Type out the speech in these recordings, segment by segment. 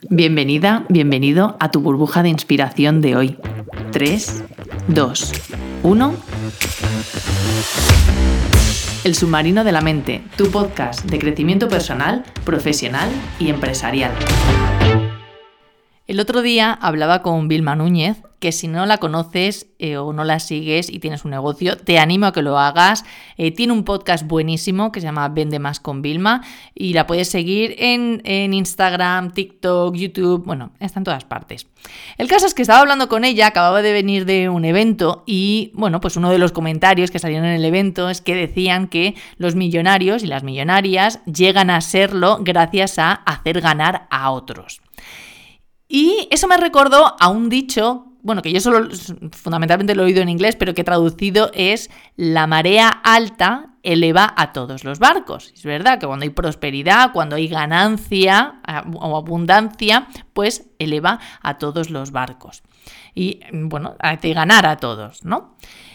Bienvenida, bienvenido a tu burbuja de inspiración de hoy. 3, 2, 1. El submarino de la mente, tu podcast de crecimiento personal, profesional y empresarial. El otro día hablaba con Vilma Núñez, que si no la conoces o no la sigues y tienes un negocio, te animo a que lo hagas. Tiene un podcast buenísimo que se llama Vende Más con Vilma y la puedes seguir en Instagram, TikTok, YouTube, bueno, está en todas partes. El caso es que estaba hablando con ella, acababa de venir de un evento y, bueno, pues uno de los comentarios que salieron en el evento es que decían que los millonarios y las millonarias llegan a serlo gracias a hacer ganar a otros. Y eso me recordó a un dicho, bueno, que yo solo fundamentalmente lo he oído en inglés, pero que traducido es: la marea alta eleva a todos los barcos. Es verdad que cuando hay prosperidad, cuando hay ganancia o abundancia, pues eleva a todos los barcos. Y, bueno, hace ganar a todos, ¿no?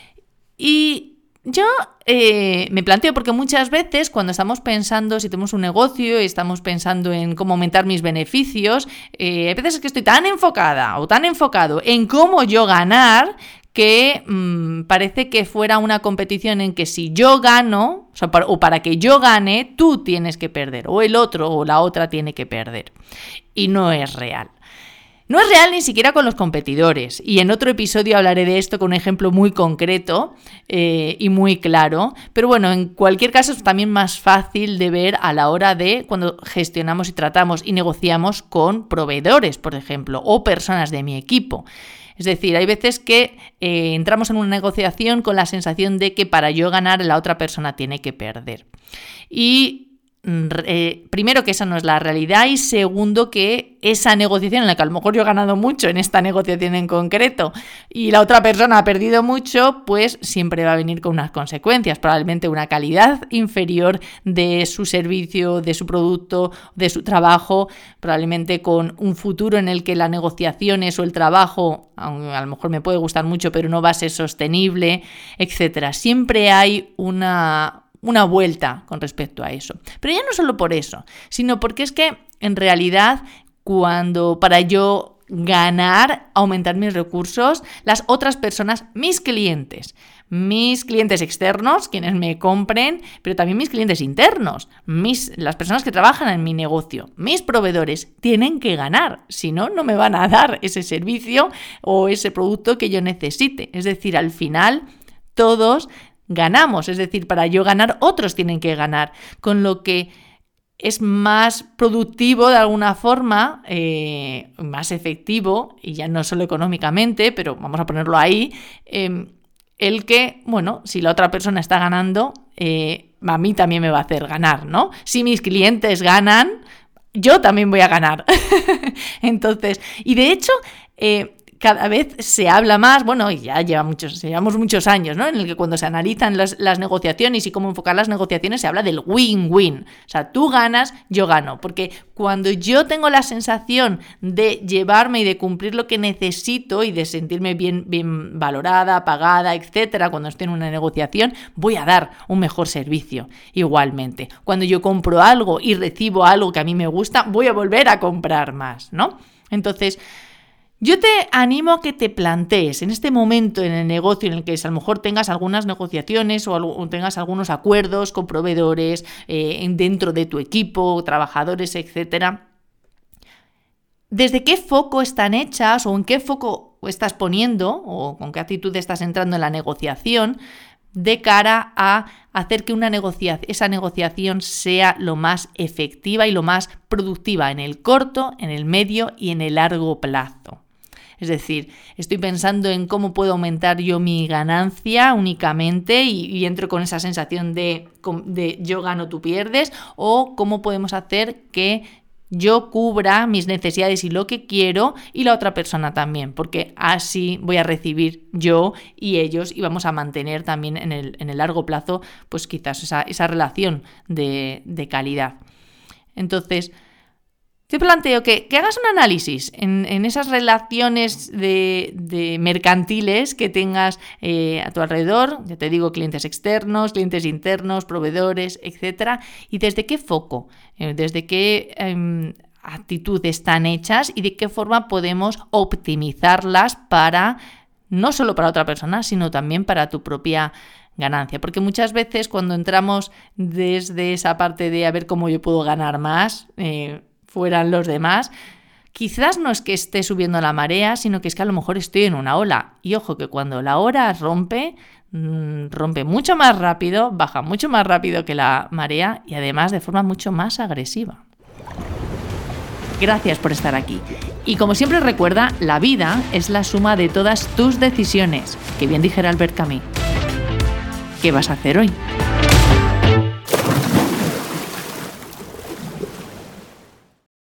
Y yo me planteo, porque muchas veces cuando estamos pensando, si tenemos un negocio y estamos pensando en cómo aumentar mis beneficios, hay veces que estoy tan enfocada o tan enfocado en cómo yo ganar que parece que fuera una competición en que si yo gano, o para que yo gane, tú tienes que perder, o el otro o la otra tiene que perder. Y no es real. No es real ni siquiera con los competidores, y en otro episodio hablaré de esto con un ejemplo muy concreto y muy claro, pero bueno, en cualquier caso es también más fácil de ver a la hora de cuando gestionamos y tratamos y negociamos con proveedores, por ejemplo, o personas de mi equipo. Es decir, hay veces que entramos en una negociación con la sensación de que para yo ganar la otra persona tiene que perder. Y primero, que esa no es la realidad, y segundo, que esa negociación en la que a lo mejor yo he ganado mucho en esta negociación en concreto y la otra persona ha perdido mucho, pues siempre va a venir con unas consecuencias, probablemente una calidad inferior de su servicio, de su producto, de su trabajo, probablemente con un futuro en el que las negociaciones o el trabajo, a lo mejor me puede gustar mucho, pero no va a ser sostenible, etcétera. Siempre hay una vuelta con respecto a eso. Pero ya no solo por eso, sino porque es que en realidad para yo ganar, aumentar mis recursos, las otras personas, mis clientes externos, quienes me compren, pero también mis clientes internos, las personas que trabajan en mi negocio, mis proveedores, tienen que ganar, si no, no me van a dar ese servicio o ese producto que yo necesite. Es decir, al final todos ganamos, es decir, para yo ganar, otros tienen que ganar, con lo que es más productivo de alguna forma, más efectivo, y ya no solo económicamente, pero vamos a ponerlo ahí, el que, bueno, si la otra persona está ganando, a mí también me va a hacer ganar, ¿no? Si mis clientes ganan, yo también voy a ganar. Entonces, y de hecho, cada vez se habla más, bueno, y ya llevamos muchos años, ¿no?, en el que cuando se analizan las negociaciones y cómo enfocar las negociaciones, se habla del win-win. O sea, tú ganas, yo gano. Porque cuando yo tengo la sensación de llevarme y de cumplir lo que necesito y de sentirme bien valorada, pagada, etcétera, cuando estoy en una negociación, voy a dar un mejor servicio igualmente. Cuando yo compro algo y recibo algo que a mí me gusta, voy a volver a comprar más, ¿no? Entonces, yo te animo a que te plantees en este momento en el negocio en el que a lo mejor tengas algunas negociaciones o tengas algunos acuerdos con proveedores, dentro de tu equipo, trabajadores, etcétera. ¿Desde qué foco están hechas o en qué foco estás poniendo o con qué actitud estás entrando en la negociación de cara a hacer que esa negociación sea lo más efectiva y lo más productiva en el corto, en el medio y en el largo plazo? Es decir, estoy pensando en cómo puedo aumentar yo mi ganancia únicamente y entro con esa sensación de yo gano, tú pierdes, o cómo podemos hacer que yo cubra mis necesidades y lo que quiero y la otra persona también, porque así voy a recibir yo y ellos y vamos a mantener también en el largo plazo, pues quizás esa relación de calidad. Entonces, te planteo que hagas un análisis en esas relaciones de mercantiles que tengas a tu alrededor, ya te digo, clientes externos, clientes internos, proveedores, etcétera, y desde qué foco, desde qué actitudes están hechas y de qué forma podemos optimizarlas para no solo para otra persona, sino también para tu propia ganancia. Porque muchas veces cuando entramos desde esa parte de a ver cómo yo puedo ganar más, fueran los demás, quizás no es que esté subiendo la marea, sino que es que a lo mejor estoy en una ola. Y ojo que cuando la ola rompe mucho más rápido, baja mucho más rápido que la marea y además de forma mucho más agresiva. Gracias por estar aquí. Y como siempre recuerda, la vida es la suma de todas tus decisiones, que bien dijera Albert Camus. ¿Qué vas a hacer hoy?